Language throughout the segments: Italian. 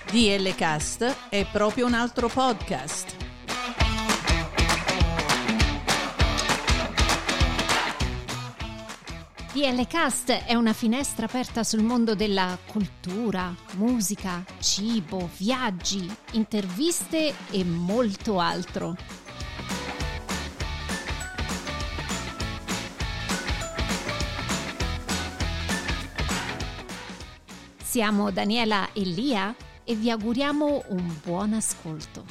DL Cast è proprio un altro podcast. DL Cast è una finestra aperta sul mondo della cultura, musica, cibo, viaggi, interviste e molto altro. Siamo Daniela e Lia e vi auguriamo un buon ascolto.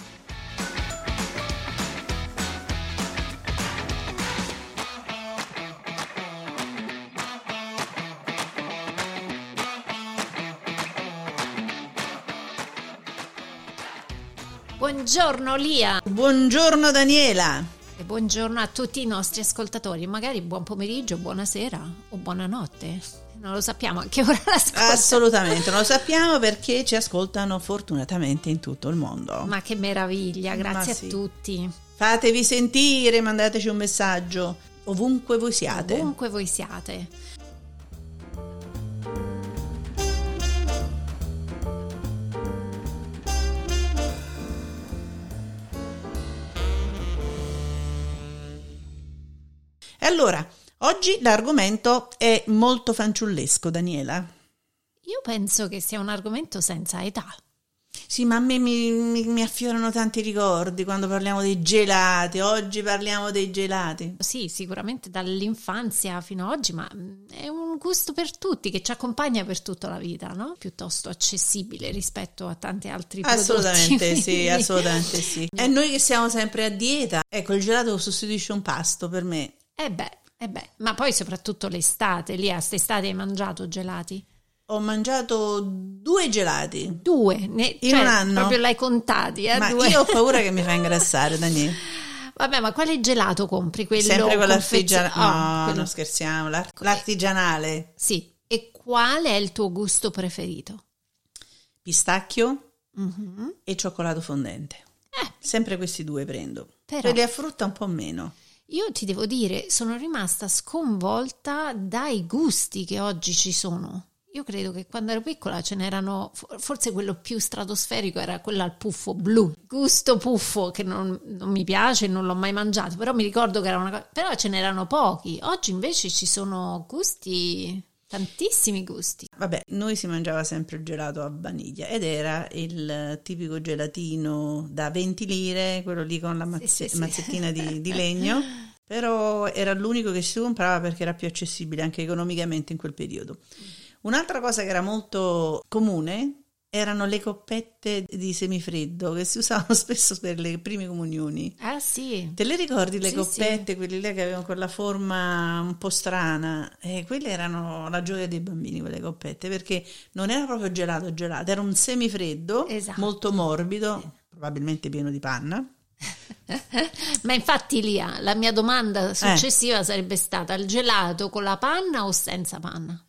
Buongiorno Lia. Buongiorno Daniela. E buongiorno a tutti i nostri ascoltatori. Magari buon pomeriggio, buonasera o buonanotte. Non lo sappiamo a che ora l'ascoltano. Assolutamente, non lo sappiamo perché ci ascoltano fortunatamente in tutto il mondo. Ma che meraviglia, grazie sì. a tutti. Fatevi sentire, mandateci un messaggio ovunque voi siate. Ovunque voi siate. E allora, oggi l'argomento è molto fanciullesco, Daniela. Io penso che sia un argomento senza età. Sì, ma a me mi affiorano tanti ricordi quando parliamo dei gelati. Oggi parliamo dei gelati. Sì, sicuramente dall'infanzia fino ad oggi, ma è un gusto per tutti che ci accompagna per tutta la vita, no? Piuttosto accessibile rispetto a tanti altri Assolutamente prodotti. sì, assolutamente sì. E noi che siamo sempre a dieta, ecco, il gelato sostituisce un pasto per me. Eh beh, ma poi soprattutto l'estate, lì a quest'estate hai mangiato gelati? Ho mangiato 2 gelati. 2? In un anno? Proprio l'hai contati, Ma 2. io ho paura che mi fa ingrassare, Daniele. Vabbè, ma quale gelato compri? Quello Sempre quello artigianale. No, quello... non scherziamo, l'artigianale. Sì, e qual è il tuo gusto preferito? Pistacchio e cioccolato fondente. Sempre questi 2 prendo. Però... Quelli a frutta un po' meno. Io ti devo dire, sono rimasta sconvolta dai gusti che oggi ci sono. Io credo che quando ero piccola ce n'erano, forse quello più stratosferico era quello al puffo blu. Gusto puffo che non mi piace, non l'ho mai mangiato, però mi ricordo che era una cosa, però ce n'erano pochi. Oggi invece ci sono gusti, tantissimi gusti. Vabbè, noi si mangiava sempre il gelato a vaniglia ed era il tipico gelatino da 20 lire, quello lì con la mazzettina di legno, però era l'unico che si comprava perché era più accessibile anche economicamente in quel periodo. Un'altra cosa che era molto comune erano le coppette di semifreddo che si usavano spesso per le prime comunioni. Ah sì. Te le ricordi le coppette, sì. quelle lì che avevano quella forma un po' strana? Quelle erano la gioia dei bambini, quelle coppette, perché non era proprio gelato, era un semifreddo, esatto. Molto morbido, probabilmente pieno di panna. Ma infatti Lia, la mia domanda successiva sarebbe stata: il gelato con la panna o senza panna?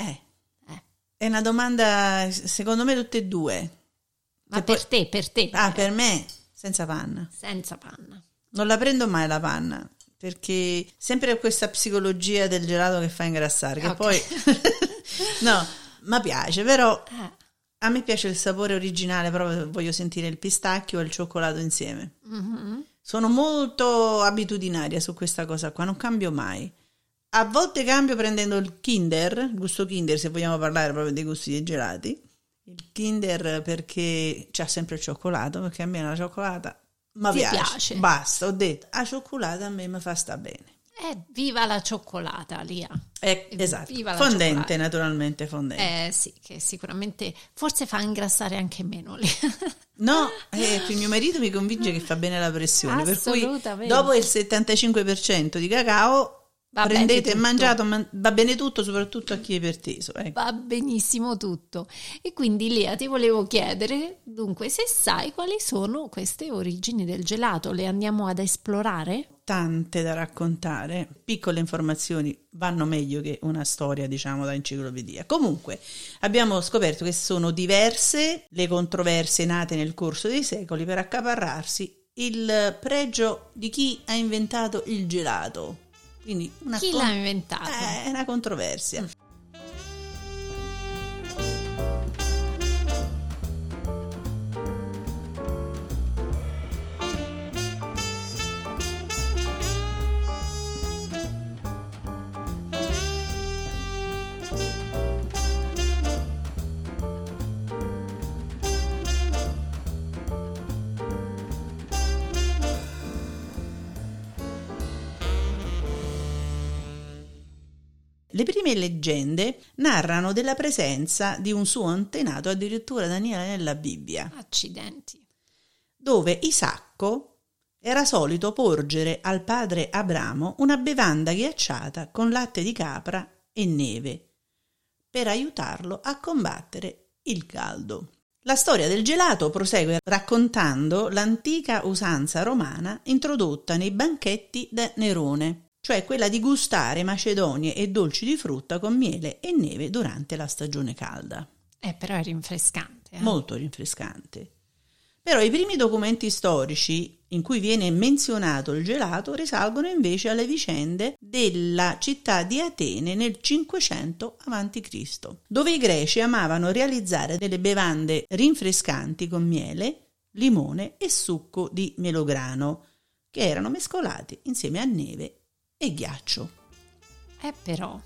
È una domanda, secondo me tutte e 2. Ma per te? Per me, senza panna. Senza panna. Non la prendo mai la panna, perché sempre questa psicologia del gelato che fa ingrassare, che poi... No, mi piace, però a me piace il sapore originale, proprio voglio sentire il pistacchio e il cioccolato insieme. Mm-hmm. Sono molto abitudinaria su questa cosa qua, non cambio mai. A volte cambio prendendo il Kinder, il gusto Kinder, se vogliamo parlare proprio dei gusti dei gelati. Il Kinder perché c'ha sempre il cioccolato, perché a me la cioccolata mi piace. Basta, ho detto, la cioccolata a me mi fa sta bene. Viva la cioccolata, Lia. Esatto, viva fondente, cioccolata. Naturalmente fondente. Sì, che sicuramente forse fa ingrassare anche meno, Lia. No, il mio marito mi convince che fa bene la pressione, per cui dopo il 75% di cacao... prendete e mangiato, va bene tutto, soprattutto a chi è iperteso. Va benissimo tutto. E quindi Lea, ti volevo chiedere, dunque, se sai quali sono queste origini del gelato, le andiamo ad esplorare? Tante da raccontare, piccole informazioni vanno meglio che una storia, diciamo, da enciclopedia. Comunque, abbiamo scoperto che sono diverse le controversie nate nel corso dei secoli per accaparrarsi il pregio di chi ha inventato il gelato. Quindi chi l'ha inventato? È una controversia. Le prime leggende narrano della presenza di un suo antenato addirittura Daniele nella Bibbia. Accidenti. Dove Isacco era solito porgere al padre Abramo una bevanda ghiacciata con latte di capra e neve per aiutarlo a combattere il caldo. La storia del gelato prosegue raccontando l'antica usanza romana introdotta nei banchetti da Nerone, cioè quella di gustare macedonie e dolci di frutta con miele e neve durante la stagione calda. Però è rinfrescante. Molto rinfrescante. Però i primi documenti storici in cui viene menzionato il gelato risalgono invece alle vicende della città di Atene nel 500 a.C., dove i greci amavano realizzare delle bevande rinfrescanti con miele, limone e succo di melograno, che erano mescolati insieme a neve e ghiaccio. Però.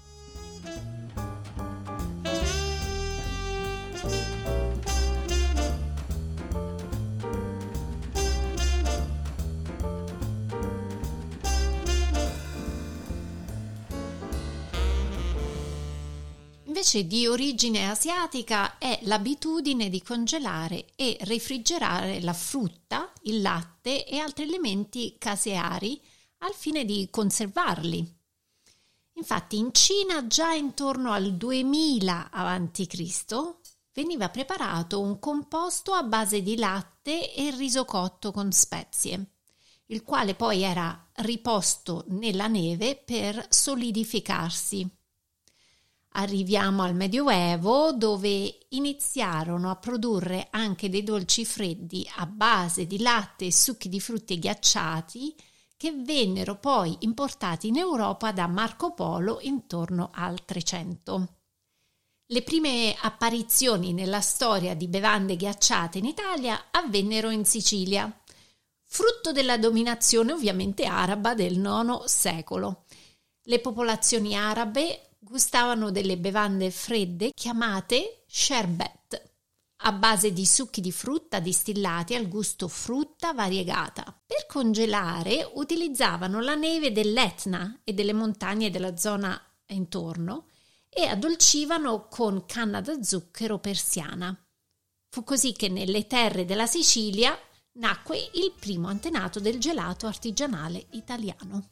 Invece di origine asiatica è l'abitudine di congelare e refrigerare la frutta, il latte e altri elementi caseari al fine di conservarli. Infatti in Cina già intorno al 2000 a.C. veniva preparato un composto a base di latte e riso cotto con spezie, il quale poi era riposto nella neve per solidificarsi. Arriviamo al Medioevo, dove iniziarono a produrre anche dei dolci freddi a base di latte e succhi di frutti ghiacciati che vennero poi importati in Europa da Marco Polo intorno al 300. Le prime apparizioni nella storia di bevande ghiacciate in Italia avvennero in Sicilia, frutto della dominazione ovviamente araba del IX secolo. Le popolazioni arabe gustavano delle bevande fredde chiamate sherbet, a base di succhi di frutta distillati al gusto frutta variegata. Per congelare utilizzavano la neve dell'Etna e delle montagne della zona intorno e addolcivano con canna da zucchero persiana. Fu così che nelle terre della Sicilia nacque il primo antenato del gelato artigianale italiano.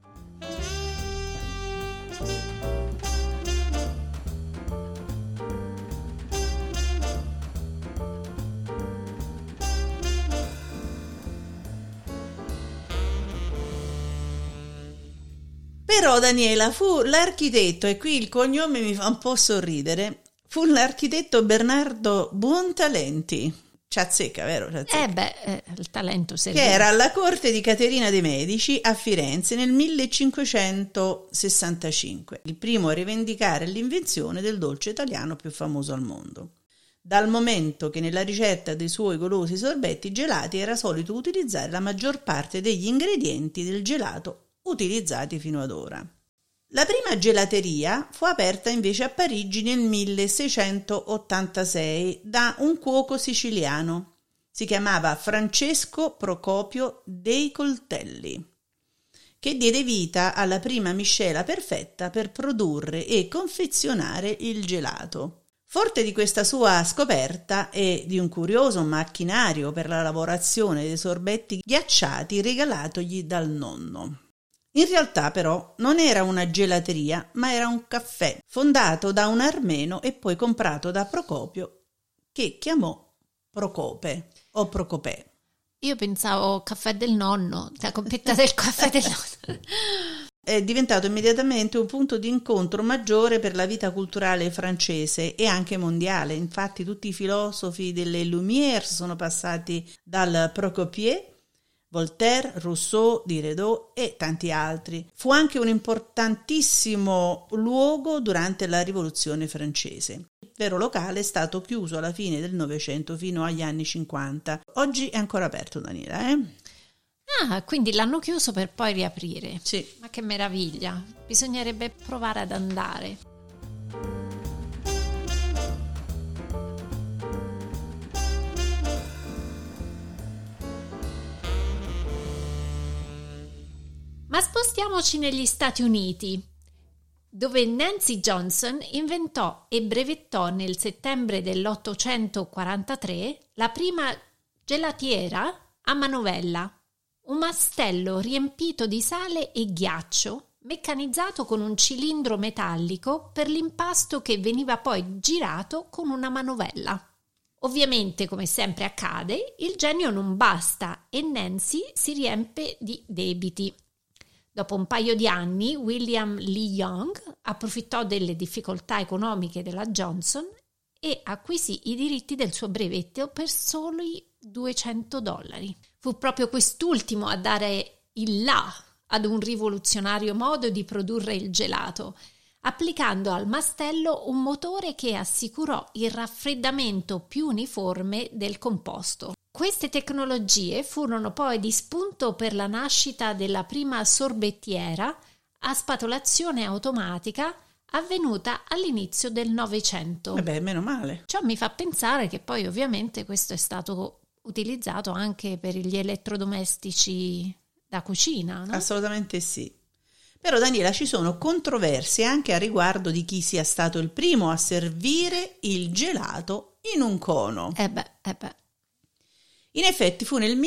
Però Daniela fu l'architetto, e qui il cognome mi fa un po' sorridere, fu l'architetto Bernardo Buontalenti, c'azzecca, vero? C'azzecca. Il talento che era alla corte di Caterina de' Medici a Firenze nel 1565, il primo a rivendicare l'invenzione del dolce italiano più famoso al mondo. Dal momento che nella ricetta dei suoi golosi sorbetti gelati era solito utilizzare la maggior parte degli ingredienti del gelato utilizzati fino ad ora. La prima gelateria fu aperta invece a Parigi nel 1686 da un cuoco siciliano. Si chiamava Francesco Procopio dei Coltelli, che diede vita alla prima miscela perfetta per produrre e confezionare il gelato. Forte di questa sua scoperta e di un curioso macchinario per la lavorazione dei sorbetti ghiacciati regalatogli dal nonno. In realtà però non era una gelateria, ma era un caffè, fondato da un armeno e poi comprato da Procopio, che chiamò Procope o Procopè. Io pensavo caffè del nonno, la coppetta del caffè del nonno. È diventato immediatamente un punto di incontro maggiore per la vita culturale francese e anche mondiale. Infatti tutti i filosofi delle Lumière sono passati dal Procopier, Voltaire, Rousseau, Diderot e tanti altri. Fu anche un importantissimo luogo durante la Rivoluzione francese. Il vero locale è stato chiuso alla fine del Novecento fino agli anni 50. Oggi è ancora aperto, Daniela, quindi l'hanno chiuso per poi riaprire. Sì. Ma che meraviglia! Bisognerebbe provare ad andare. Ma spostiamoci negli Stati Uniti, dove Nancy Johnson inventò e brevettò nel settembre dell'843 la prima gelatiera a manovella, un mastello riempito di sale e ghiaccio, meccanizzato con un cilindro metallico per l'impasto che veniva poi girato con una manovella. Ovviamente, come sempre accade, il genio non basta e Nancy si riempie di debiti. Dopo un paio di anni, William Lee Young approfittò delle difficoltà economiche della Johnson e acquisì i diritti del suo brevetto per soli $200. Fu proprio quest'ultimo a dare il là ad un rivoluzionario modo di produrre il gelato, applicando al mastello un motore che assicurò il raffreddamento più uniforme del composto. Queste tecnologie furono poi di spunto per la nascita della prima sorbettiera a spatolazione automatica avvenuta all'inizio del Novecento. Vabbè, meno male. Ciò mi fa pensare che poi ovviamente questo è stato utilizzato anche per gli elettrodomestici da cucina, no? Assolutamente sì. Però Daniela, ci sono controversie anche a riguardo di chi sia stato il primo a servire il gelato in un cono. In effetti fu nel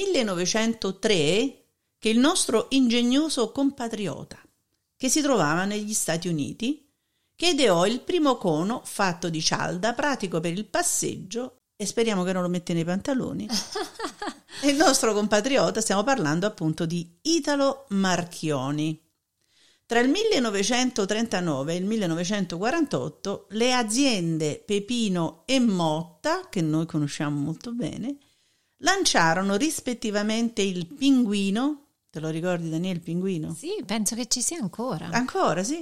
1903 che il nostro ingegnoso compatriota, che si trovava negli Stati Uniti, che ideò il primo cono fatto di cialda, pratico per il passeggio, e speriamo che non lo mette nei pantaloni. Il nostro compatriota, stiamo parlando appunto di Italo Marchioni. Tra il 1939 e il 1948 le aziende Pepino e Motta, che noi conosciamo molto bene, lanciarono rispettivamente il Pinguino. Te lo ricordi, Daniele, il Pinguino? Sì, penso che ci sia ancora. Ancora, sì.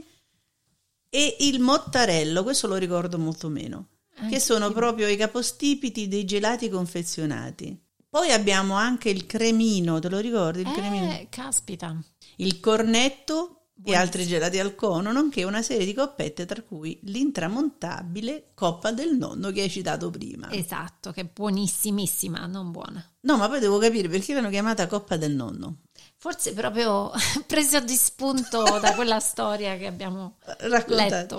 E il Mottarello, questo lo ricordo molto meno, che sono proprio i capostipiti dei gelati confezionati. Poi abbiamo anche il Cremino, te lo ricordi? Il Cremino? Caspita. Il Cornetto e altri gelati al cono, nonché una serie di coppette, tra cui l'intramontabile Coppa del Nonno che hai citato prima. Esatto, che è buonissimissima, non buona. No, ma poi devo capire perché l'hanno chiamata Coppa del Nonno. Forse proprio preso di spunto da quella storia che abbiamo letto.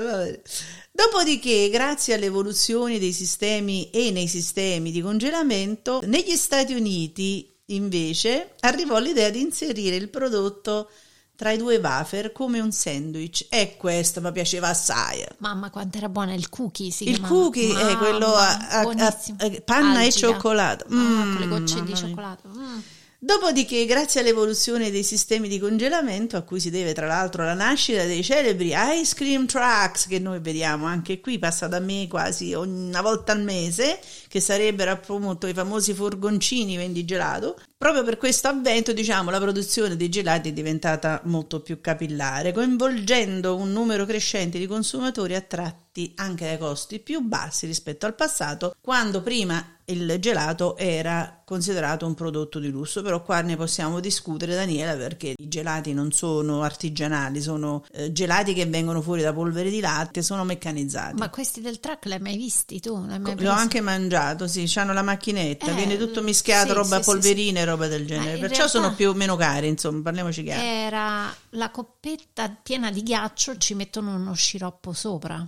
Dopodiché, grazie alle evoluzioni dei sistemi e nei sistemi di congelamento, negli Stati Uniti invece arrivò l'idea di inserire il prodotto tra i due wafer come un sandwich, e questo mi piaceva assai. Mamma, quanto era buona il cookie, il cookie è quello a panna algida. E cioccolato, con le gocce di cioccolato. Dopodiché, grazie all'evoluzione dei sistemi di congelamento, a cui si deve tra l'altro la nascita dei celebri ice cream trucks, che noi vediamo anche qui, passa da me quasi una volta al mese, che sarebbero appunto i famosi furgoncini vendigelato. Proprio per questo avvento, diciamo, la produzione dei gelati è diventata molto più capillare, coinvolgendo un numero crescente di consumatori attratti anche dai costi più bassi rispetto al passato, quando prima il gelato era considerato un prodotto di lusso. Però qua ne possiamo discutere, Daniela, perché i gelati non sono artigianali, sono gelati che vengono fuori da polvere di latte, sono meccanizzati. Ma questi del truck li hai mai visti tu? Li ho anche mangiato, sì, c'hanno la macchinetta, viene tutto mischiato, sì, roba polverina e roba del genere, perciò sono più meno cari, insomma, parliamoci chiaro. Era la coppetta piena di ghiaccio, ci mettono uno sciroppo sopra.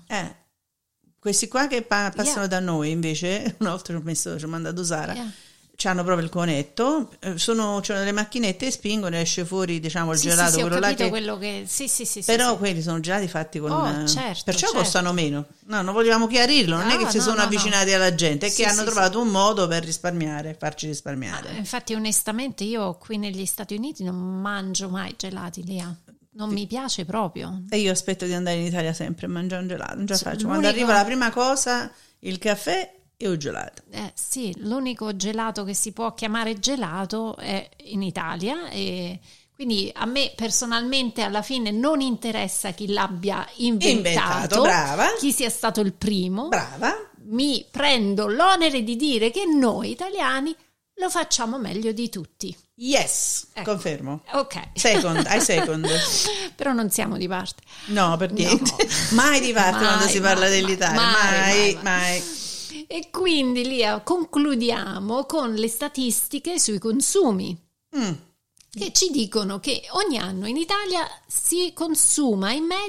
Questi qua che passano da noi invece, una volta ci ho mandato Sara, c'hanno proprio il conetto, c'hanno delle macchinette e spingono e esce fuori, diciamo, il gelato, quello là che... quello che però quelli sono gelati fatti con perciò costano meno. No, non volevamo chiarirlo, non è che si sono avvicinati alla gente, è che hanno trovato un modo per risparmiare, farci risparmiare. Infatti, onestamente, io qui negli Stati Uniti non mangio mai gelati, Lea. Non mi piace proprio. E io aspetto di andare in Italia sempre a mangiare un gelato, non ce la faccio. Quando arriva la prima cosa, il caffè e un gelato. Sì, l'unico gelato che si può chiamare gelato è in Italia, e quindi a me personalmente alla fine non interessa chi l'abbia inventato, brava, chi sia stato il primo. Brava. Mi prendo l'onere di dire che noi italiani lo facciamo meglio di tutti. Yes, confermo. Ok. I second. Però non siamo di parte. No, per niente. No. Mai di parte quando si parla dell'Italia. Mai. E quindi Lia, concludiamo con le statistiche sui consumi. Che ci dicono che ogni anno in Italia si consuma in media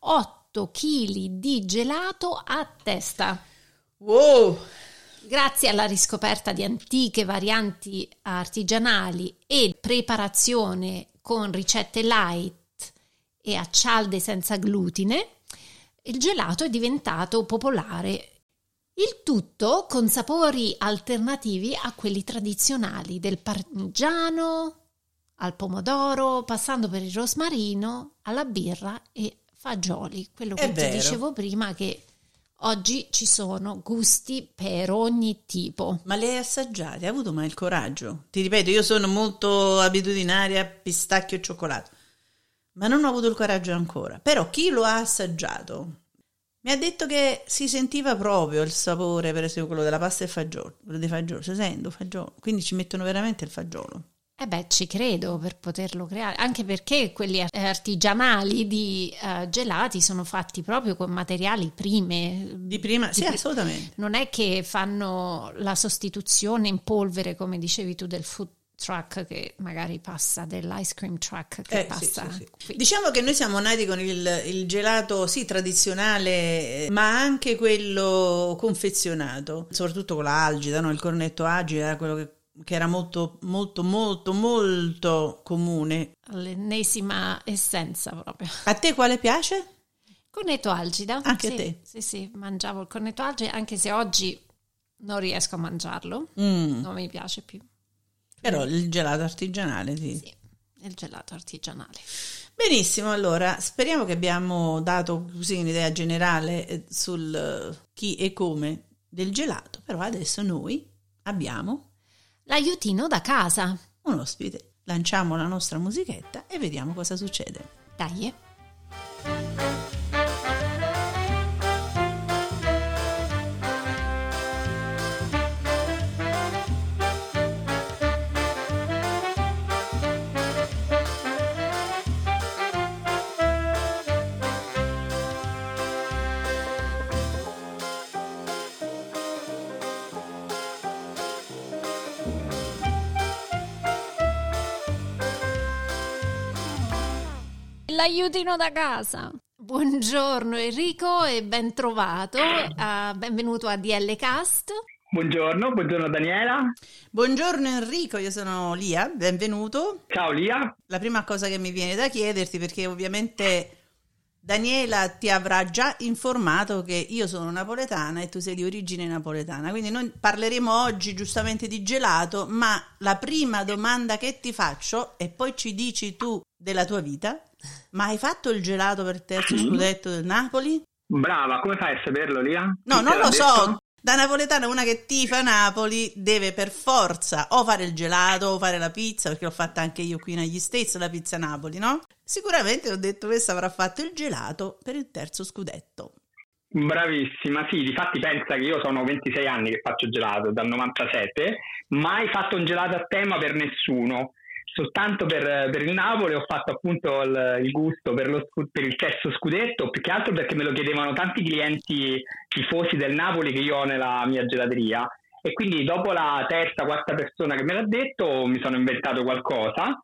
8 kg di gelato a testa. Wow! Grazie alla riscoperta di antiche varianti artigianali e preparazione con ricette light e a cialde senza glutine, il gelato è diventato popolare. Il tutto con sapori alternativi a quelli tradizionali, del parmigiano al pomodoro, passando per il rosmarino, alla birra e fagioli. Quello che ti dicevo prima, che oggi ci sono gusti per ogni tipo. Ma le hai assaggiate? Hai avuto mai il coraggio? Ti ripeto, io sono molto abitudinaria a pistacchio e cioccolato, ma non ho avuto il coraggio ancora. Però chi lo ha assaggiato mi ha detto che si sentiva proprio il sapore, per esempio quello della pasta e fagiolo, quello dei fagioli, sento fagiolo, quindi ci mettono veramente il fagiolo. Ci credo, per poterlo creare, anche perché quelli artigianali di gelati sono fatti proprio con materiali sì, assolutamente. Non è che fanno la sostituzione in polvere, come dicevi tu, del food truck che magari passa, dell'ice cream truck che passa. Sì. Diciamo che noi siamo nati con il gelato tradizionale, ma anche quello confezionato, soprattutto con l'algida, no? Il cornetto algida era quello che era molto molto molto molto comune. L'ennesima essenza proprio. A te quale piace? Cornetto algida. Anche a te? Sì, mangiavo il cornetto algida, anche se oggi non riesco a mangiarlo, non mi piace più. Però il gelato artigianale, sì, il gelato artigianale. Benissimo, allora speriamo che abbiamo dato così un'idea generale sul chi e come del gelato, però adesso noi abbiamo l'aiutino da casa. Un ospite. Lanciamo la nostra musichetta e vediamo cosa succede. Dai. L'aiutino da casa. Buongiorno Enrico e ben trovato, benvenuto a DL Cast. Buongiorno Daniela. Buongiorno Enrico, io sono Lia, benvenuto. Ciao Lia. La prima cosa che mi viene da chiederti, perché ovviamente Daniela ti avrà già informato che io sono napoletana e tu sei di origine napoletana, quindi noi parleremo oggi giustamente di gelato, ma la prima domanda che ti faccio, e poi ci dici tu della tua vita: ma hai fatto il gelato per il terzo scudetto del Napoli? Brava, come fai a saperlo, Lia? No, non lo so. Da napoletana, una che tifa Napoli deve per forza o fare il gelato o fare la pizza, perché l'ho fatta anche io qui negli States, la pizza Napoli, no? Sicuramente ho detto questa avrà fatto il gelato per il terzo scudetto. Bravissima, sì, difatti pensa che io sono 26 anni che faccio gelato, dal 97, mai fatto un gelato a tema per nessuno. Soltanto per il Napoli ho fatto appunto il gusto per il terzo scudetto, più che altro perché me lo chiedevano tanti clienti tifosi del Napoli che io ho nella mia gelateria, e quindi dopo la terza, quarta persona che me l'ha detto mi sono inventato qualcosa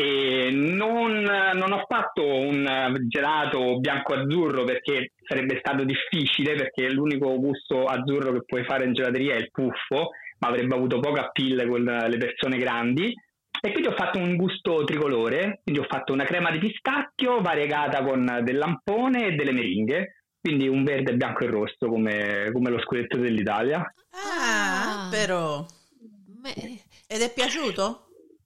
e non ho fatto un gelato bianco-azzurro perché sarebbe stato difficile, perché l'unico gusto azzurro che puoi fare in gelateria è il puffo, ma avrebbe avuto poca appeal con le persone grandi. E quindi ho fatto un gusto tricolore, quindi ho fatto una crema di pistacchio variegata con del lampone e delle meringhe, quindi un verde, bianco e rosso come lo scudetto dell'Italia. Però. Ed è piaciuto?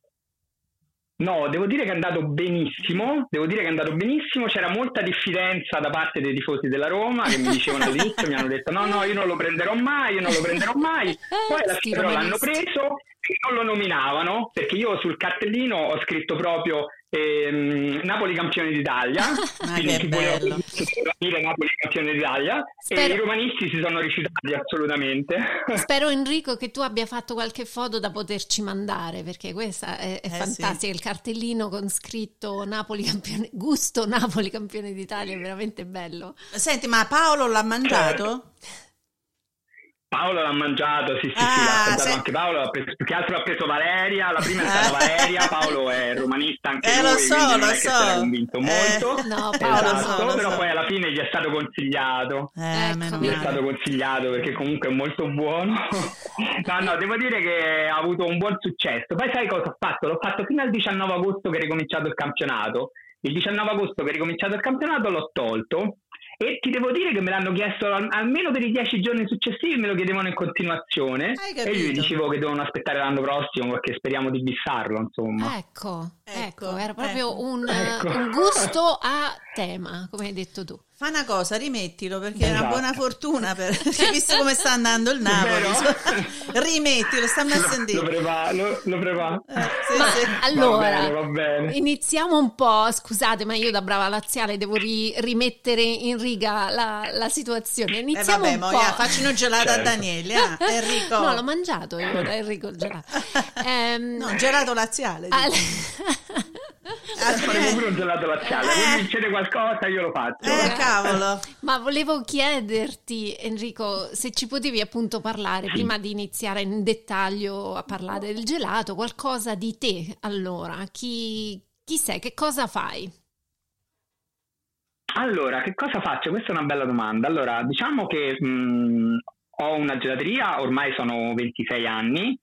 No, devo dire che è andato benissimo, c'era molta diffidenza da parte dei tifosi della Roma che mi dicevano all'inizio, mi hanno detto no, io non lo prenderò mai, poi alla fine però l'hanno preso e non lo nominavano, perché io sul cartellino ho scritto proprio Napoli campione d'Italia, quindi chi voleva dire Napoli campione d'Italia. E i romanisti si sono rifiutati assolutamente. Spero Enrico che tu abbia fatto qualche foto da poterci mandare, perché questa è fantastica, sì. Il cartellino con scritto Napoli campione, gusto Napoli campione d'Italia è veramente bello. Senti, ma Paolo l'ha mangiato? Paolo l'ha mangiato, sì, l'ha assaggiato anche Paolo, più che altro ha preso Valeria, la prima è stata Valeria, Paolo è romanista anche lui, lo so, quindi non lo è che so. si era convinto molto, no, Paolo, però poi alla fine gli è stato consigliato, gli è stato consigliato perché comunque è molto buono. No, devo dire che ha avuto un buon successo. Poi sai cosa ho fatto? L'ho fatto fino al 19 agosto che è ricominciato il campionato. Il 19 agosto che è ricominciato il campionato l'ho tolto. E ti devo dire che me l'hanno chiesto almeno per i 10 giorni successivi, me lo chiedevano in continuazione e io gli dicevo che devono aspettare l'anno prossimo perché speriamo di bissarlo, insomma. Ecco, era proprio un gusto a tema, come hai detto tu. Fa una cosa, rimettilo perché è una buona fortuna perché visto come sta andando il Napoli, rimettilo, stammi a sentire. Lo preparo. Allora, va bene. Iniziamo un po', scusate, ma io da brava laziale devo rimettere in riga la situazione. Iniziamo un po'. Faccio una gelata a Daniele, Enrico. No, l'ho mangiato io da Enrico il gelato. No, gelato laziale. Faremo pure un gelato laziale, vuoi vincere qualcosa io lo faccio. Cavolo. Ma volevo chiederti, Enrico, se ci potevi appunto parlare, prima di iniziare in dettaglio a parlare del gelato, qualcosa di te. Allora, chi sei? Che cosa fai? Allora, che cosa faccio? Questa è una bella domanda. Allora, diciamo che ho una gelateria, ormai sono 26 anni,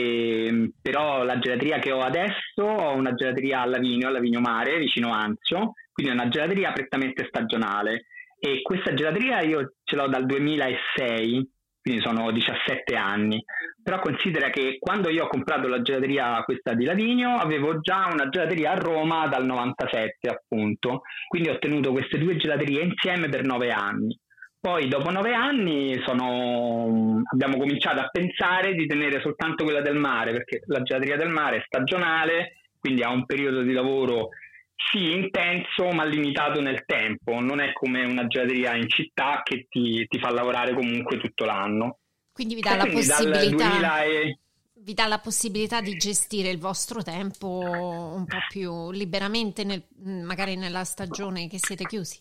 però la gelateria che ho adesso, ho una gelateria a Lavigno Mare, vicino Anzio, quindi è una gelateria prettamente stagionale e questa gelateria io ce l'ho dal 2006, quindi sono 17 anni, però considera che quando io ho comprato la gelateria questa di Lavigno avevo già una gelateria a Roma dal 97 appunto, quindi ho tenuto queste due gelaterie insieme per 9 anni. Poi dopo 9 anni abbiamo cominciato a pensare di tenere soltanto quella del mare, perché la gelateria del mare è stagionale, quindi ha un periodo di lavoro sì intenso ma limitato nel tempo, non è come una gelateria in città che ti fa lavorare comunque tutto l'anno. Quindi vi dà la possibilità vi dà la possibilità di gestire il vostro tempo un po' più liberamente magari nella stagione che siete chiusi.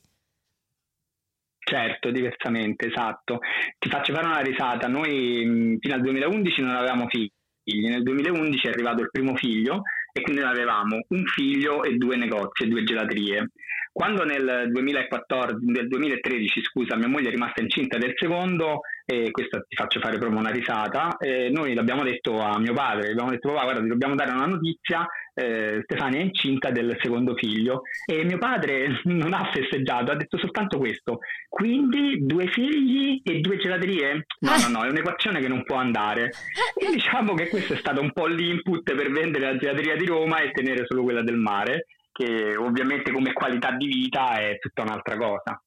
Certo, diversamente, esatto. Ti faccio fare una risata. Noi fino al 2011 non avevamo figli. Nel 2011 è arrivato il primo figlio e quindi noi avevamo un figlio e 2 negozi e 2 gelaterie. Quando nel 2013, mia moglie è rimasta incinta del secondo, e questa ti faccio fare proprio una risata, noi l'abbiamo detto a mio padre, abbiamo detto papà guarda ti dobbiamo dare una notizia, Stefania è incinta del secondo figlio e mio padre non ha festeggiato, ha detto soltanto questo, quindi 2 figli e 2 gelaterie? No, è un'equazione che non può andare e diciamo che questo è stato un po' l'input per vendere la gelateria di Roma e tenere solo quella del mare, che ovviamente come qualità di vita è tutta un'altra cosa.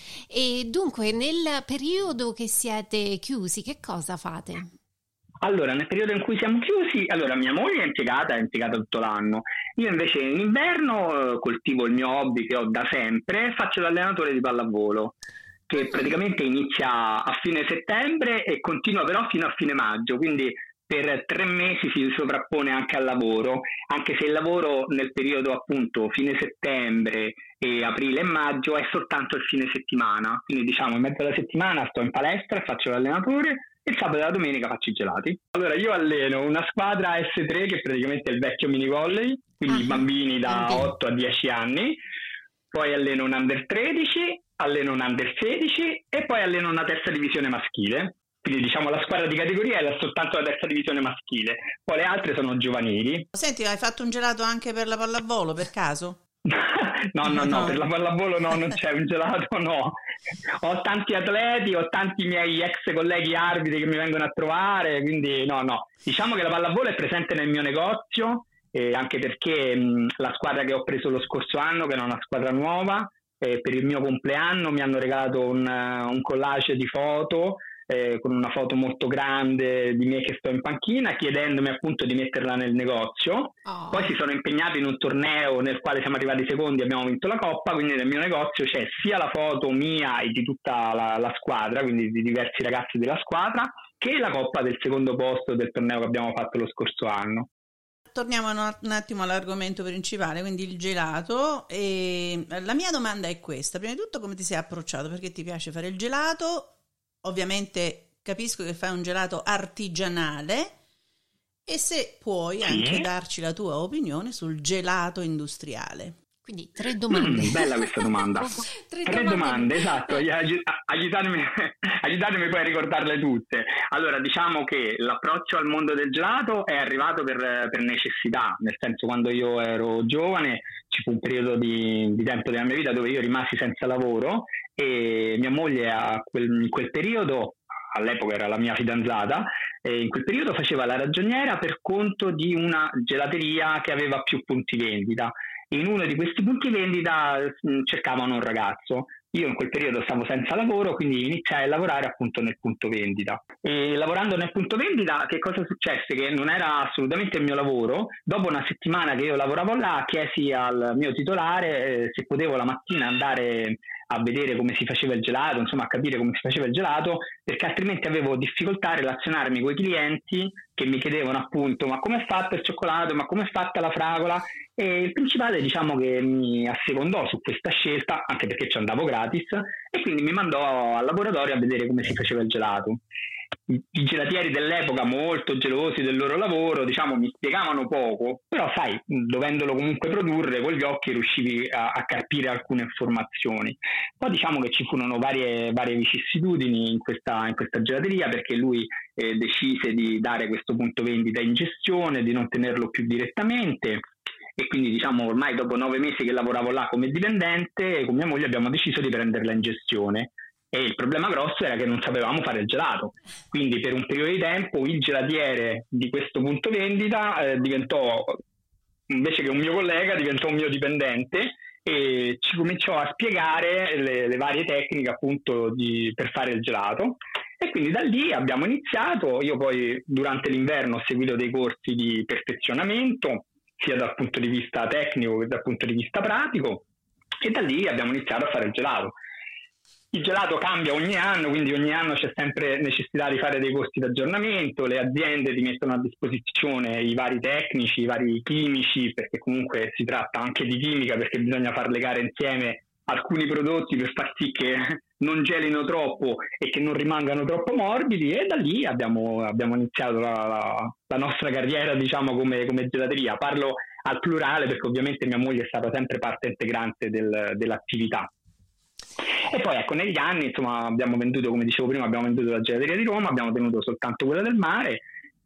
E dunque nel periodo che siete chiusi che cosa fate? Allora, nel periodo in cui siamo chiusi, mia moglie è impiegata tutto l'anno. Io invece in inverno coltivo il mio hobby che ho da sempre, faccio l'allenatore di pallavolo, che praticamente inizia a fine settembre e continua però fino a fine maggio, quindi per 3 mesi si sovrappone anche al lavoro, anche se il lavoro nel periodo appunto fine settembre e aprile e maggio è soltanto il fine settimana, quindi diciamo in mezzo alla settimana sto in palestra e faccio l'allenatore e il sabato e la domenica faccio i gelati. Allora io alleno una squadra S3 che praticamente è il vecchio mini volley, quindi bambini da 8 a 10 anni, poi alleno un under 13, alleno un under 16 e poi alleno una terza divisione maschile. Quindi diciamo la squadra di categoria è soltanto la terza divisione maschile, poi le altre sono giovanili. Senti, hai fatto un gelato anche per la pallavolo per caso? No, per la pallavolo no, non c'è un gelato, no. Ho tanti atleti, ho tanti miei ex colleghi arbitri che mi vengono a trovare, quindi no. Diciamo che la pallavolo è presente nel mio negozio, anche perché la squadra che ho preso lo scorso anno, che era una squadra nuova, per il mio compleanno mi hanno regalato un collage di foto, con una foto molto grande di me che sto in panchina, chiedendomi appunto di metterla nel negozio. Poi si sono impegnati in un torneo nel quale siamo arrivati secondi e abbiamo vinto la coppa, quindi nel mio negozio c'è sia la foto mia e di tutta la squadra, quindi di diversi ragazzi della squadra, che la coppa del secondo posto del torneo che abbiamo fatto lo scorso anno. Torniamo un attimo all'argomento principale, quindi il gelato, e la mia domanda è questa: prima di tutto come ti sei approcciato, perché ti piace fare il gelato? Ovviamente capisco che fai un gelato artigianale e se puoi anche darci la tua opinione sul gelato industriale. Quindi 3 domande. Bella questa domanda. Tre domande, esatto. Aiutatemi poi a ricordarle tutte. Allora, diciamo che l'approccio al mondo del gelato è arrivato per necessità, nel senso, quando io ero giovane ci fu un periodo di tempo della mia vita dove io rimasi senza lavoro e mia moglie in quel periodo, all'epoca era la mia fidanzata, e in quel periodo faceva la ragioniera per conto di una gelateria che aveva più punti vendita. In uno di questi punti vendita cercavano un ragazzo. Io in quel periodo stavo senza lavoro, quindi iniziai a lavorare appunto nel punto vendita. E lavorando nel punto vendita, che cosa successe? Che non era assolutamente il mio lavoro. Dopo una settimana che io lavoravo là, chiesi al mio titolare se potevo la mattina andare a vedere come si faceva il gelato, insomma a capire come si faceva il gelato, perché altrimenti avevo difficoltà a relazionarmi con i clienti che mi chiedevano appunto ma come è fatto il cioccolato, ma come è fatta la fragola, e il principale diciamo che mi assecondò su questa scelta, anche perché ci andavo gratis, e quindi mi mandò al laboratorio a vedere come si faceva il gelato. I gelatieri dell'epoca, molto gelosi del loro lavoro, diciamo mi spiegavano poco, però sai, dovendolo comunque produrre con gli occhi riuscivi a capire alcune informazioni. Poi diciamo che ci furono varie vicissitudini in questa gelateria, perché lui decise di dare questo punto vendita in gestione, di non tenerlo più direttamente, e quindi diciamo ormai dopo 9 mesi che lavoravo là come dipendente, con mia moglie abbiamo deciso di prenderla in gestione. E il problema grosso era che non sapevamo fare il gelato, quindi per un periodo di tempo il gelatiere di questo punto vendita diventò, invece che un mio collega, diventò un mio dipendente e ci cominciò a spiegare le varie tecniche appunto per fare il gelato. E quindi da lì abbiamo iniziato. Io poi durante l'inverno ho seguito dei corsi di perfezionamento sia dal punto di vista tecnico che dal punto di vista pratico, e da lì abbiamo iniziato a fare il gelato. Il gelato cambia ogni anno, quindi ogni anno c'è sempre necessità di fare dei corsi di aggiornamento, le aziende ti mettono a disposizione i vari tecnici, i vari chimici, perché comunque si tratta anche di chimica, perché bisogna far legare insieme alcuni prodotti per far sì che non gelino troppo e che non rimangano troppo morbidi, e da lì abbiamo iniziato la nostra carriera, diciamo, come gelateria. Parlo al plurale perché ovviamente mia moglie è stata sempre parte integrante dell'attività. E poi ecco, negli anni insomma abbiamo venduto, come dicevo prima, abbiamo venduto la gelateria di Roma, abbiamo tenuto soltanto quella del mare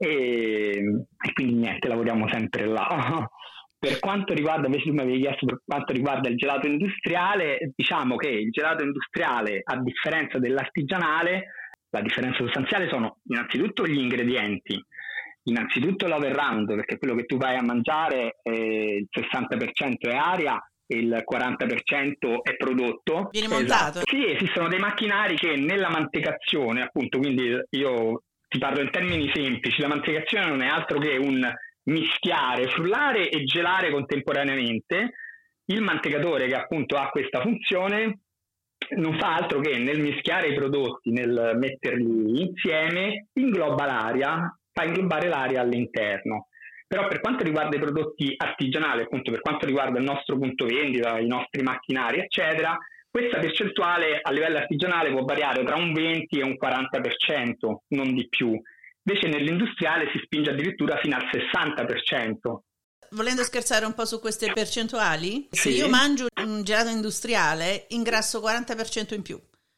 e quindi niente, lavoriamo sempre là. Per quanto riguarda, invece tu mi avevi chiesto per quanto riguarda il gelato industriale, diciamo che il gelato industriale, a differenza dell'artigianale, la differenza sostanziale sono innanzitutto gli ingredienti, innanzitutto l'overround, perché quello che tu vai a mangiare il 60% è aria, il 40% è prodotto. Viene montato? Esatto. Sì, esistono dei macchinari che nella mantecazione, appunto, quindi io ti parlo in termini semplici, la mantecazione non è altro che un mischiare, frullare e gelare contemporaneamente. Il mantecatore, che appunto ha questa funzione, non fa altro che nel mischiare i prodotti, nel metterli insieme, ingloba l'aria, fa inglobare l'aria all'interno. Però per quanto riguarda i prodotti artigianali, appunto per quanto riguarda il nostro punto vendita, i nostri macchinari, eccetera, questa percentuale a livello artigianale può variare tra un 20 e un 40%, non di più. Invece nell'industriale si spinge addirittura fino al 60%. Volendo scherzare un po' su queste percentuali, sì. Se io mangio un gelato industriale ingrasso 40% in più.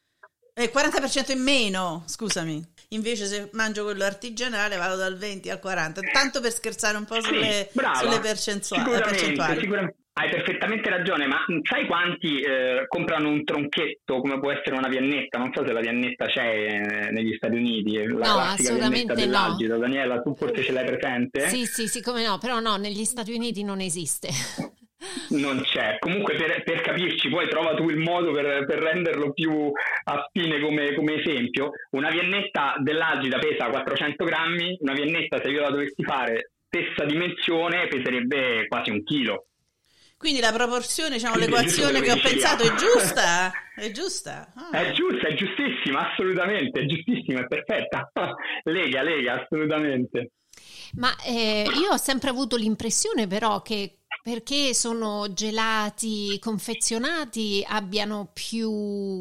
40% in meno, scusami. Invece se mangio quello artigianale vado dal 20 al 40, tanto per scherzare un po' sulle percentuali. Sicuramente. Hai perfettamente ragione, ma sai quanti comprano un tronchetto come può essere una viennetta? Non so se la viennetta c'è negli Stati Uniti, la classica viennetta dell'algida. Daniela, tu forse ce l'hai presente? Sì, come no, però no, negli Stati Uniti non esiste. Non c'è. Comunque per capirci, poi trova tu il modo per renderlo più a fine come esempio. Una viennetta dell'algida pesa 400 grammi, una viennetta, se io la dovessi fare stessa dimensione, peserebbe quasi 1 chilo. Quindi la proporzione, diciamo, l'equazione che ho pensato è giusta? È giusta? Ah. È giusta, è giustissima, assolutamente, è giustissima, è perfetta. Lega, assolutamente. Ma io ho sempre avuto l'impressione però che perché sono gelati confezionati abbiano più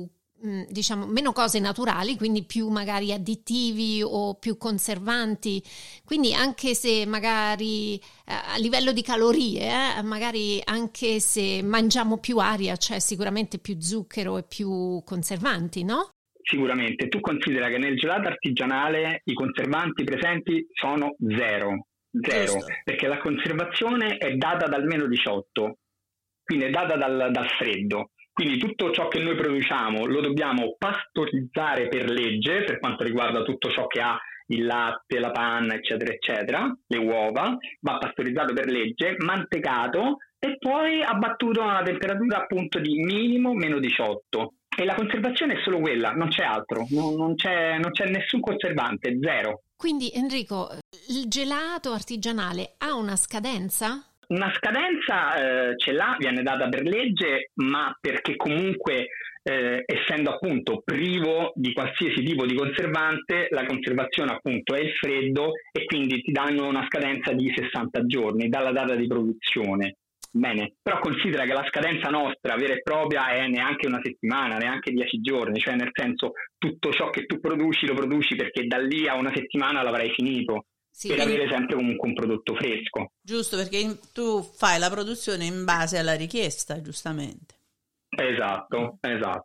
diciamo meno cose naturali, quindi più magari additivi o più conservanti, quindi anche se magari a livello di calorie, magari anche se mangiamo più aria c'è sicuramente più zucchero e più conservanti, no? Sicuramente. Tu considera che nel gelato artigianale i conservanti presenti sono zero, Giusto. perché la conservazione è data dal meno 18, quindi è data dal freddo. Quindi tutto ciò che noi produciamo lo dobbiamo pastorizzare per legge, per quanto riguarda tutto ciò che ha il latte, la panna, eccetera, eccetera, le uova, va pastorizzato per legge, mantecato e poi abbattuto a una temperatura appunto di minimo meno 18. E la conservazione è solo quella, non c'è altro, non c'è nessun conservante, zero. Quindi Enrico, il gelato artigianale ha una scadenza? Una scadenza ce l'ha, viene data per legge, ma perché comunque essendo appunto privo di qualsiasi tipo di conservante, la conservazione appunto è il freddo e quindi ti danno una scadenza di 60 giorni dalla data di produzione. Bene, però considera che la scadenza nostra vera e propria è neanche una settimana, neanche 10 giorni, cioè nel senso tutto ciò che tu produci lo produci perché da lì a una settimana l'avrai finito. Sì, per avere sempre comunque un prodotto fresco. Giusto, perché tu fai la produzione in base alla richiesta, giustamente. Esatto.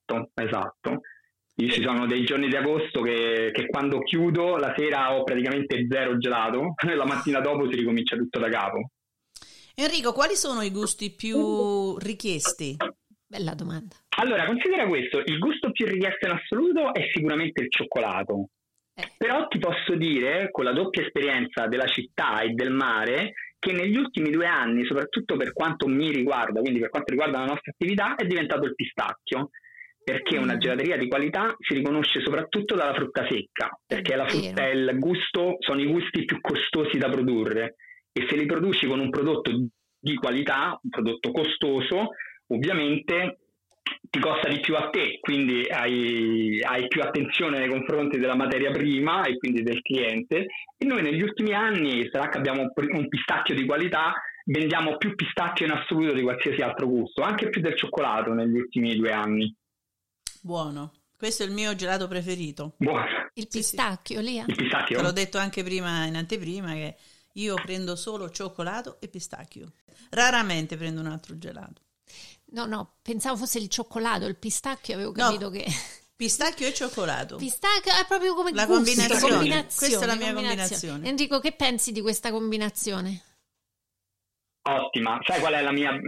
Io ci sono dei giorni di agosto che quando chiudo la sera ho praticamente zero gelato, la mattina dopo si ricomincia tutto da capo. Enrico, quali sono i gusti più richiesti? Bella domanda. Allora, considera questo, il gusto più richiesto in assoluto è sicuramente il cioccolato. Però ti posso dire, con la doppia esperienza della città e del mare, che negli ultimi 2 anni, soprattutto per quanto mi riguarda, quindi per quanto riguarda la nostra attività, è diventato il pistacchio, perché una gelateria di qualità si riconosce soprattutto dalla frutta secca, perché la frutta e il gusto sono i gusti più costosi da produrre, e se li produci con un prodotto di qualità, un prodotto costoso, ovviamente ti costa di più a te, quindi hai più attenzione nei confronti della materia prima e quindi del cliente. E noi negli ultimi anni, sarà che abbiamo un pistacchio di qualità, vendiamo più pistacchio in assoluto di qualsiasi altro gusto, anche più del cioccolato negli ultimi 2 anni. Buono, questo è il mio gelato preferito. Buono. Il pistacchio, Lia? Il pistacchio? Te l'ho detto anche prima in anteprima che io prendo solo cioccolato e pistacchio. Raramente prendo un altro gelato. No, pensavo fosse il cioccolato, il pistacchio avevo capito che... Pistacchio e cioccolato. Pistacchio è proprio come la gusto, combinazione. Questa è la mia combinazione. Enrico, che pensi di questa combinazione? Ottima. Sai qual è la mia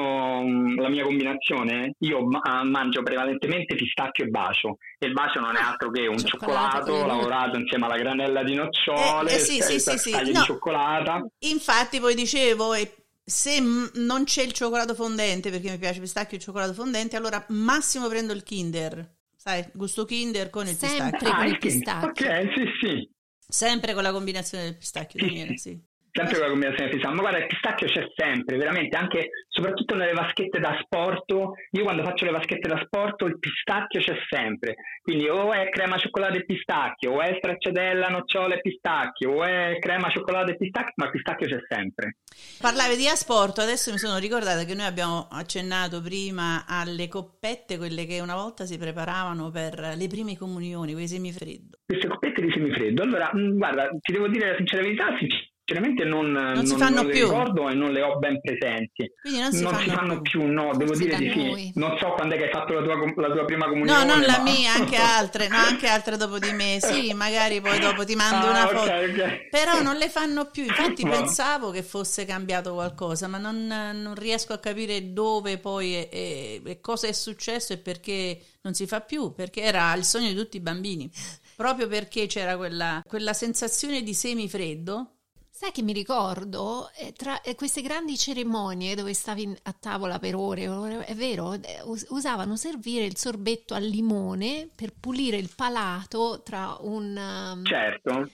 combinazione? Io mangio prevalentemente pistacchio e bacio. E il bacio non è altro che un cioccolato lavorato insieme alla granella di nocciole, di cioccolata. Infatti poi dicevo, se non c'è il cioccolato fondente, perché mi piace pistacchio e cioccolato fondente, allora massimo prendo il Kinder, sai, gusto Kinder con il sempre pistacchio. Con il pistacchio. Ok, sì. Sempre con la combinazione del pistacchio, sì. Sempre con la combinazione fissa, ma guarda, il pistacchio c'è sempre, veramente, anche soprattutto nelle vaschette da sporto. Io quando faccio le vaschette da sporto il pistacchio c'è sempre, quindi o è crema cioccolato e pistacchio, o è stracciatella, nocciole e pistacchio, o è crema cioccolato e pistacchio, ma il pistacchio c'è sempre. Parlavi di asporto, adesso mi sono ricordata che noi abbiamo accennato prima alle coppette, quelle che una volta si preparavano per le prime comunioni, quei semifreddo. Queste coppette di semifreddo, allora, guarda, ti devo dire la sincera verità, sinceramente non si fanno le più. Ricordo e non le ho ben presenti. Quindi non si fanno più, no, devo dire di sì. Non so quando è che hai fatto la tua prima comunione. No, non la mia, anche altre dopo di me. Sì, magari poi dopo ti mando una foto. Okay. Però non le fanno più. Infatti pensavo che fosse cambiato qualcosa, ma non riesco a capire dove poi e cosa è successo e perché non si fa più, perché era il sogno di tutti i bambini. Proprio perché c'era quella sensazione di semifreddo. Sai che mi ricordo, tra queste grandi cerimonie dove stavi a tavola per ore, è vero, usavano servire il sorbetto al limone per pulire il palato tra certo.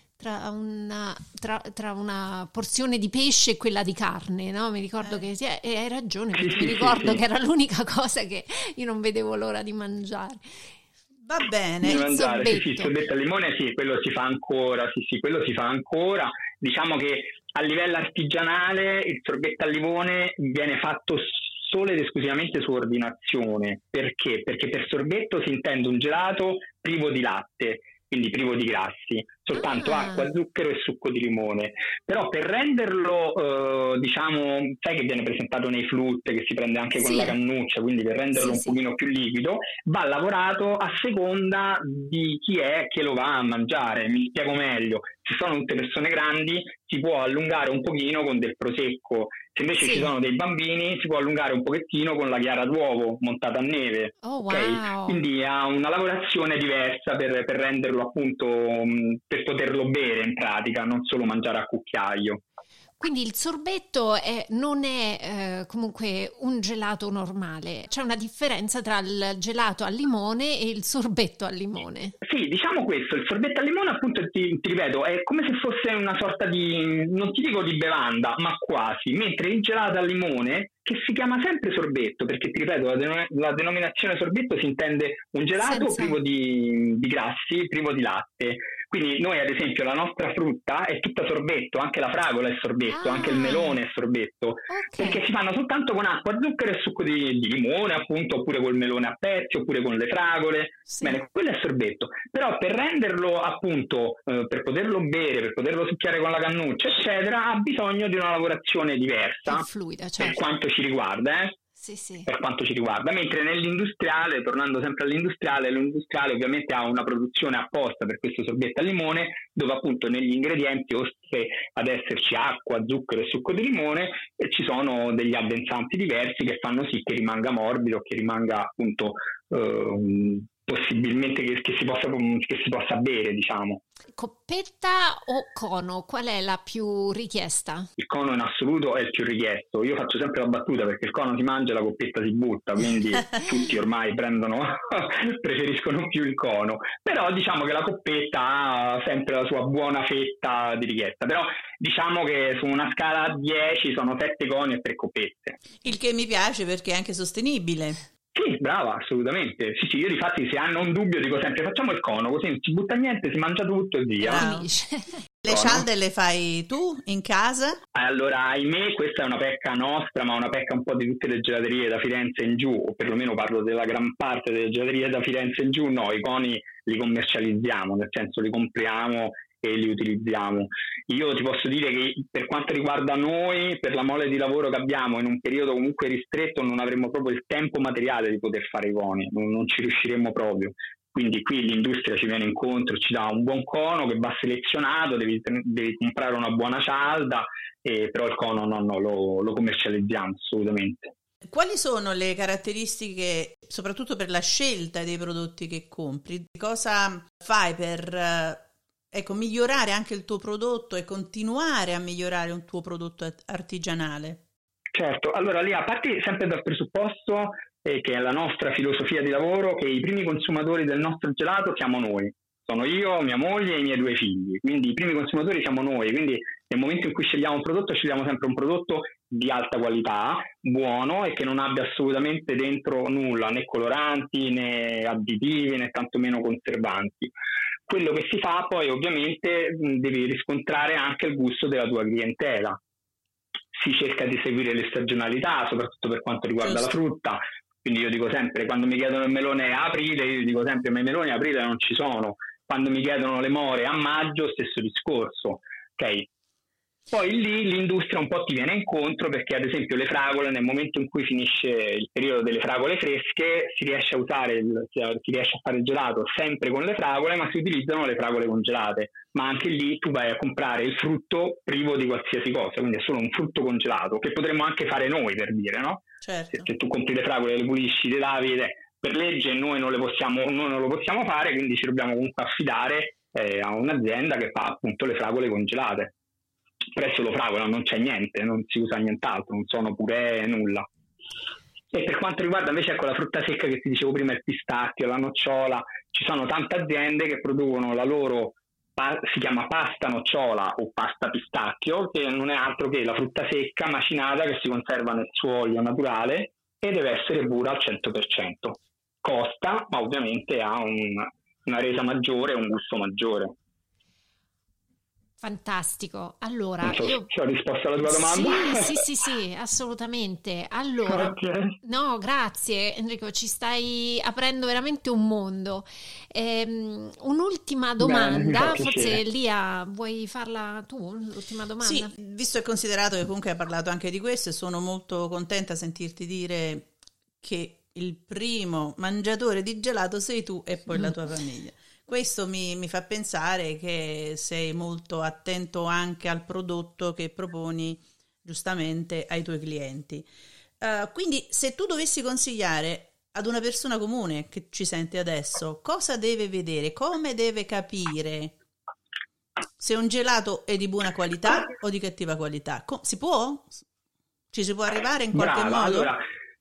Tra una porzione di pesce e quella di carne, no? Mi ricordo che e hai ragione, perché mi ricordo che era l'unica cosa che io non vedevo l'ora di mangiare. Va bene, il sorbetto al limone, sì, quello si fa ancora, quello si fa ancora. Diciamo che a livello artigianale il sorbetto al limone viene fatto solo ed esclusivamente su ordinazione. Perché? Perché per sorbetto si intende un gelato privo di latte, quindi privo di grassi, soltanto acqua, zucchero e succo di limone. Però per renderlo, diciamo, sai che viene presentato nei flute, che si prende anche con la cannuccia, quindi per renderlo un pochino più liquido, va lavorato a seconda di chi è che lo va a mangiare. Mi spiego meglio: se sono tutte persone grandi si può allungare un pochino con del prosecco, se invece ci sono dei bambini si può allungare un pochettino con la chiara d'uovo montata a neve. Okay? Quindi ha una lavorazione diversa per renderlo, appunto, per poterlo bere in pratica, non solo mangiare a cucchiaio. Quindi il sorbetto non è comunque un gelato normale, c'è una differenza tra il gelato al limone e il sorbetto al limone. Sì, diciamo questo: il sorbetto al limone, appunto, ti ripeto, è come se fosse una sorta di, non ti dico di bevanda, ma quasi, mentre il gelato al limone, che si chiama sempre sorbetto, perché ti ripeto, la denominazione sorbetto si intende un gelato privo di grassi, privo di latte. Quindi noi, ad esempio, la nostra frutta è tutta sorbetto, anche la fragola è sorbetto, anche il melone è sorbetto, perché si fanno soltanto con acqua, zucchero e succo di limone, appunto, oppure col melone a pezzi, oppure con le fragole. Bene, quello è sorbetto. Però per renderlo, appunto, per poterlo bere, per poterlo succhiare con la cannuccia, eccetera, ha bisogno di una lavorazione diversa, fluida, per quanto ci riguarda, per quanto ci riguarda, mentre nell'industriale, tornando sempre all'industriale, l'industriale ovviamente ha una produzione apposta per questo sorbetto al limone, dove appunto negli ingredienti, oltre ad esserci acqua, zucchero e succo di limone, ci sono degli addensanti diversi che fanno sì che rimanga morbido, che rimanga, appunto, possibilmente che si possa bere, diciamo. Coppetta o cono? Qual è la più richiesta? Il cono in assoluto è il più richiesto. Io faccio sempre la battuta perché il cono si mangia e la coppetta si butta, quindi tutti ormai preferiscono più il cono. Però diciamo che la coppetta ha sempre la sua buona fetta di richiesta. Però diciamo che su una scala a 10 sono 7 coni e 3 coppette. Il che mi piace perché è anche sostenibile. Sì, brava, assolutamente. Sì, io difatti, se hanno un dubbio, dico sempre: facciamo il cono, così non si butta niente, si mangia tutto e via. Le cialde le fai tu in casa? Allora, ahimè, questa è una pecca nostra, ma una pecca un po' di tutte le gelaterie da Firenze in giù, o perlomeno parlo della gran parte delle gelaterie da Firenze in giù. No, i coni li commercializziamo, nel senso li compriamo e li utilizziamo. Io ti posso dire che per quanto riguarda noi, per la mole di lavoro che abbiamo, in un periodo comunque ristretto, non avremmo proprio il tempo materiale di poter fare i coni, non ci riusciremmo proprio. Quindi qui l'industria ci viene incontro, ci dà un buon cono che va selezionato, devi comprare una buona cialda, però il cono no, lo commercializziamo assolutamente. Quali sono le caratteristiche, soprattutto per la scelta dei prodotti che compri? Cosa fai per migliorare anche il tuo prodotto e continuare a migliorare un tuo prodotto artigianale? Certo, allora lì, a parte sempre dal presupposto che è la nostra filosofia di lavoro, che i primi consumatori del nostro gelato siamo noi. Sono io, mia moglie e i miei 2 figli, quindi i primi consumatori siamo noi, quindi nel momento in cui scegliamo un prodotto, scegliamo sempre un prodotto di alta qualità, buono e che non abbia assolutamente dentro nulla, né coloranti, né additivi, né tantomeno conservanti. Quello che si fa poi, ovviamente, devi riscontrare anche il gusto della tua clientela. Si cerca di seguire le stagionalità, soprattutto per quanto riguarda la frutta. Quindi io dico sempre, quando mi chiedono il melone a aprile, io dico sempre: ma i meloni a aprile non ci sono. Quando mi chiedono le more a maggio, stesso discorso. Ok? Poi lì l'industria un po' ti viene incontro, perché ad esempio le fragole, nel momento in cui finisce il periodo delle fragole fresche, si riesce a fare il gelato sempre con le fragole, ma si utilizzano le fragole congelate. Ma anche lì tu vai a comprare il frutto privo di qualsiasi cosa, quindi è solo un frutto congelato, che potremmo anche fare noi, per dire, no? Certo. Se tu compri le fragole, le pulisci, le lavi, per legge noi non lo possiamo fare, quindi ci dobbiamo comunque affidare a un'azienda che fa appunto le fragole congelate. Presso lo fragola non c'è niente, non si usa nient'altro, non sono pure nulla. E per quanto riguarda invece la frutta secca che ti dicevo prima, il pistacchio, la nocciola, ci sono tante aziende che producono la loro, si chiama pasta nocciola o pasta pistacchio, che non è altro che la frutta secca macinata che si conserva nel suo olio naturale e deve essere pura al 100%. Costa, ma ovviamente ha una resa maggiore e un gusto maggiore. Fantastico. Allora, Non so se ho risposto alla tua domanda. Sì, assolutamente. Allora, Okay. no, grazie Enrico, ci stai aprendo veramente un mondo. Un'ultima Bene, mi fa domanda, piacere. forse Lia, vuoi farla tu? L'ultima domanda? Sì, visto e considerato che comunque hai parlato anche di questo, e sono molto contenta a sentirti dire che il primo mangiatore di gelato sei tu e poi la tua famiglia. Questo mi fa pensare che sei molto attento anche al prodotto che proponi giustamente ai tuoi clienti. Quindi se tu dovessi consigliare ad una persona comune che ci sente adesso, cosa deve vedere, come deve capire se un gelato è di buona qualità o di cattiva qualità? Si può? Ci si può arrivare in qualche Brava, modo? allora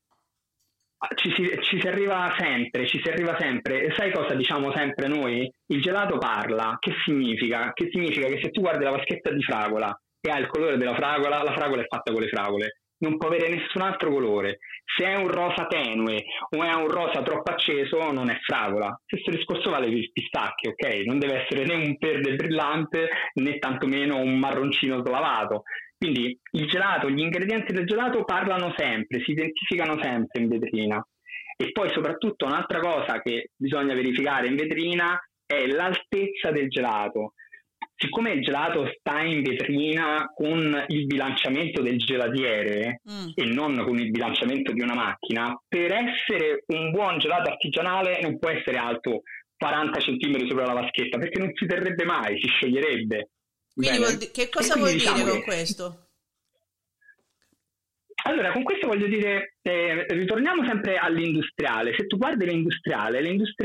ci si arriva sempre, E sai cosa diciamo sempre noi? Il gelato parla. Che significa? Che significa che se tu guardi la vaschetta di fragola e ha il colore della fragola, la fragola è fatta con le fragole, non può avere nessun altro colore. Se è un rosa tenue o è un rosa troppo acceso, non è fragola. Stesso discorso vale per il pistacchio, ok? Non deve essere né un verde brillante né tantomeno un marroncino slavato. Quindi il gelato, gli ingredienti del gelato parlano sempre, si identificano sempre in vetrina. E poi soprattutto un'altra cosa che bisogna verificare in vetrina è l'altezza del gelato. Siccome il gelato sta in vetrina con il bilanciamento del gelatiere e non con il bilanciamento di una macchina, per essere un buon gelato artigianale non può essere alto 40 centimetri sopra la vaschetta, perché non si terrebbe mai, si scioglierebbe. Quindi che cosa vuol dire con questo? Allora, con questo voglio dire, ritorniamo sempre all'industriale. Se tu guardi l'industriale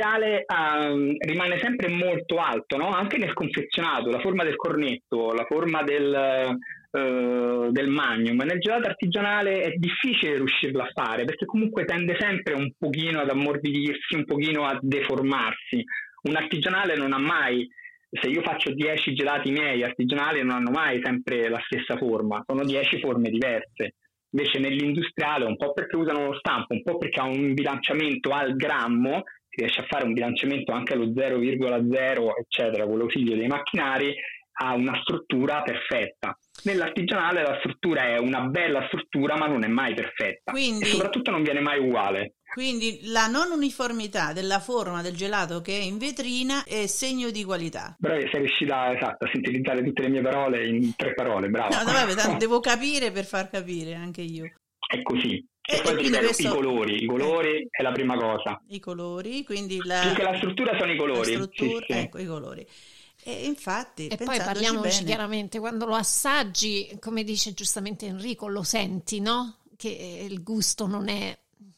rimane sempre molto alto, no? Anche nel confezionato, la forma del cornetto, la forma del magnum. Nel gelato artigianale è difficile riuscirlo a fare, perché comunque tende sempre un pochino ad ammorbidirsi, un pochino a deformarsi. Un artigianale non ha mai... Se io faccio 10 gelati miei artigianali non hanno mai sempre la stessa forma, sono 10 forme diverse. Invece nell'industriale, un po' perché usano lo stampo, un po' perché ha un bilanciamento al grammo, si riesce a fare un bilanciamento anche allo 0,0 eccetera, con l'ausilio dei macchinari, ha una struttura perfetta. Nell'artigianale la struttura è una bella struttura, ma non è mai perfetta. Quindi, e soprattutto non viene mai uguale. Quindi la non uniformità della forma del gelato che è in vetrina è segno di qualità. Brava, sei riuscita a sintetizzare tutte le mie parole in 3 parole, brava. No, vabbè, tanto devo capire per far capire anche io. È così. E poi ti ripeto, questo... i colori è la prima cosa. I colori, quindi più che la struttura sono i colori. Struttura, sì. Ecco, i colori. E infatti, e poi parliamoci chiaramente, quando lo assaggi, come dice giustamente Enrico, lo senti, no? Che il gusto non è...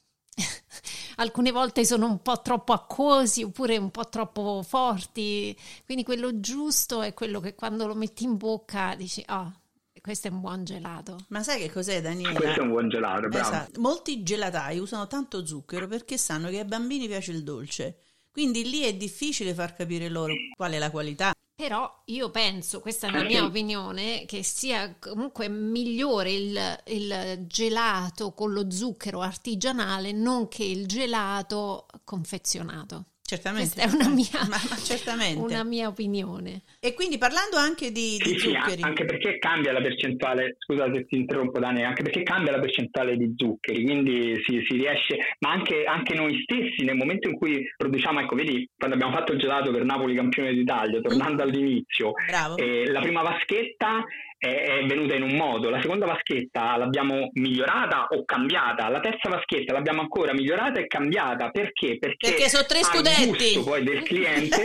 alcune volte sono un po' troppo acquosi oppure un po' troppo forti, quindi quello giusto è quello che quando lo metti in bocca dici questo è un buon gelato. Ma sai che cos'è, Daniela? Questo è un buon gelato, bravo. Esatto. Molti gelatai usano tanto zucchero perché sanno che ai bambini piace il dolce, quindi lì è difficile far capire loro qual è la qualità. Però io penso, questa è la mia opinione, che sia comunque migliore il gelato con lo zucchero artigianale non che il gelato confezionnato. Certamente. Questa è una mia, ma certamente. Una mia opinione. E quindi parlando anche di zuccheri. Sì, anche perché cambia la percentuale, scusa se ti interrompo Dani, anche perché cambia la percentuale di zuccheri, quindi si riesce, ma anche noi stessi nel momento in cui produciamo, ecco vedi, quando abbiamo fatto il gelato per Napoli campione d'Italia, tornando all'inizio, la prima vaschetta è venuta in un modo, la seconda vaschetta l'abbiamo migliorata o cambiata, la terza vaschetta l'abbiamo ancora migliorata e cambiata, perché sono 3 scudetti, gusto poi del cliente.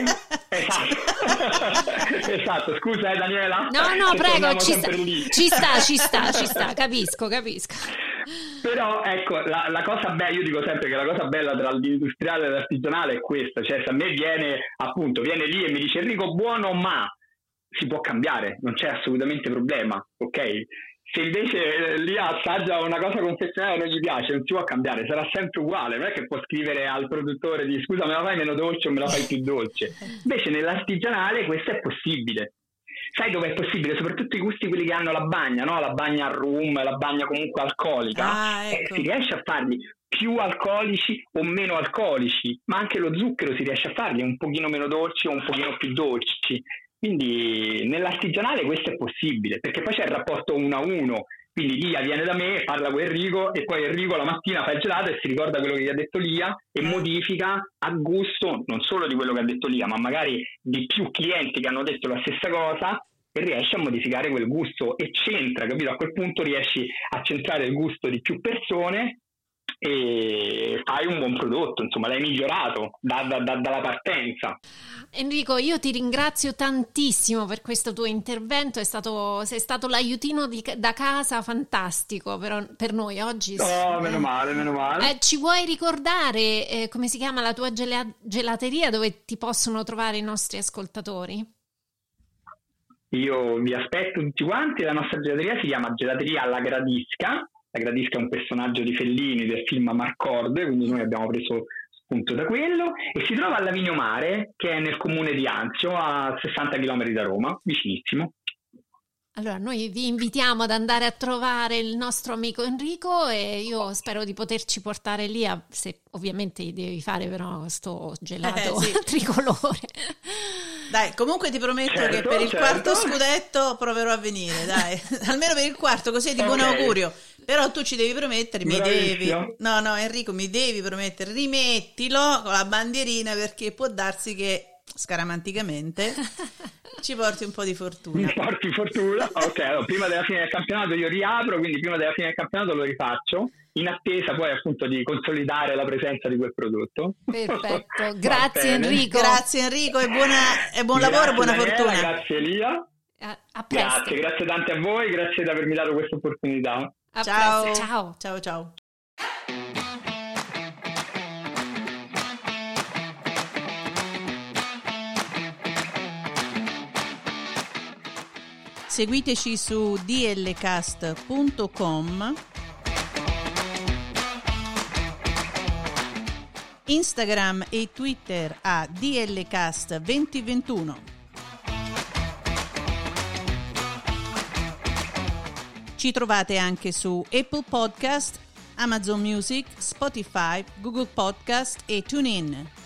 Esatto, scusa Daniela, no prego, ci sta, capisco. Però ecco, la cosa bella, io dico sempre che la cosa bella tra l'industriale e l'artigianale è questa, cioè se a me viene lì e mi dice Enrico buono, ma si può cambiare, non c'è assolutamente problema, ok? Se invece lì assaggia una cosa confezionata e non gli piace, non si può cambiare, sarà sempre uguale, non è che può scrivere al produttore di scusa me la fai meno dolce o me la fai più dolce. Invece nell'artigianale questo è possibile. Sai dove è possibile? Soprattutto i gusti quelli che hanno la bagna, no? La bagna al rum, la bagna comunque alcolica, ecco. Si riesce a farli più alcolici o meno alcolici, ma anche lo zucchero si riesce a farli un pochino meno dolci o un pochino più dolci. Quindi nell'artigianale questo è possibile, perché poi c'è il rapporto 1-1, quindi Lia viene da me, parla con Enrico e poi Enrico la mattina fa il gelato e si ricorda quello che gli ha detto Lia e modifica a gusto non solo di quello che ha detto Lia, ma magari di più clienti che hanno detto la stessa cosa, e riesci a modificare quel gusto e centra, capito? A quel punto riesci a centrare il gusto di più persone e fai un buon prodotto, insomma l'hai migliorato dalla partenza. Enrico, io ti ringrazio tantissimo per questo tuo intervento, sei stato l'aiutino da casa fantastico per noi oggi. Oh, meno male. Ci vuoi ricordare come si chiama la tua gelateria, dove ti possono trovare i nostri ascoltatori? Io vi aspetto tutti quanti, la nostra gelateria si chiama Gelateria alla Gradisca. La Gradisca è un personaggio di Fellini del film Marcord, quindi noi abbiamo preso spunto da quello, e si trova a Lavinio Mare, che è nel comune di Anzio, a 60 km da Roma, vicinissimo. Allora, noi vi invitiamo ad andare a trovare il nostro amico Enrico e io spero di poterci portare lì, se ovviamente devi fare però sto gelato tricolore. Dai, comunque ti prometto che per il quarto scudetto proverò a venire, dai, almeno per il quarto, così è di buon augurio. Però tu ci devi promettere, No, Enrico, mi devi promettere, rimettilo con la bandierina, perché può darsi che scaramanticamente ci porti un po' di fortuna. Mi porti fortuna? Ok, allora, prima della fine del campionato io riapro, quindi prima della fine del campionato lo rifaccio, in attesa poi appunto di consolidare la presenza di quel prodotto. Perfetto, grazie Enrico. Grazie Enrico e buon lavoro, buona Daniela, fortuna. Grazie Elia. A presto. Grazie tante a voi, grazie di avermi dato questa opportunità. Ciao. Ciao. Seguiteci su dlcast.com, Instagram e Twitter a dlcast2021. Ci trovate anche su Apple Podcast, Amazon Music, Spotify, Google Podcast e TuneIn.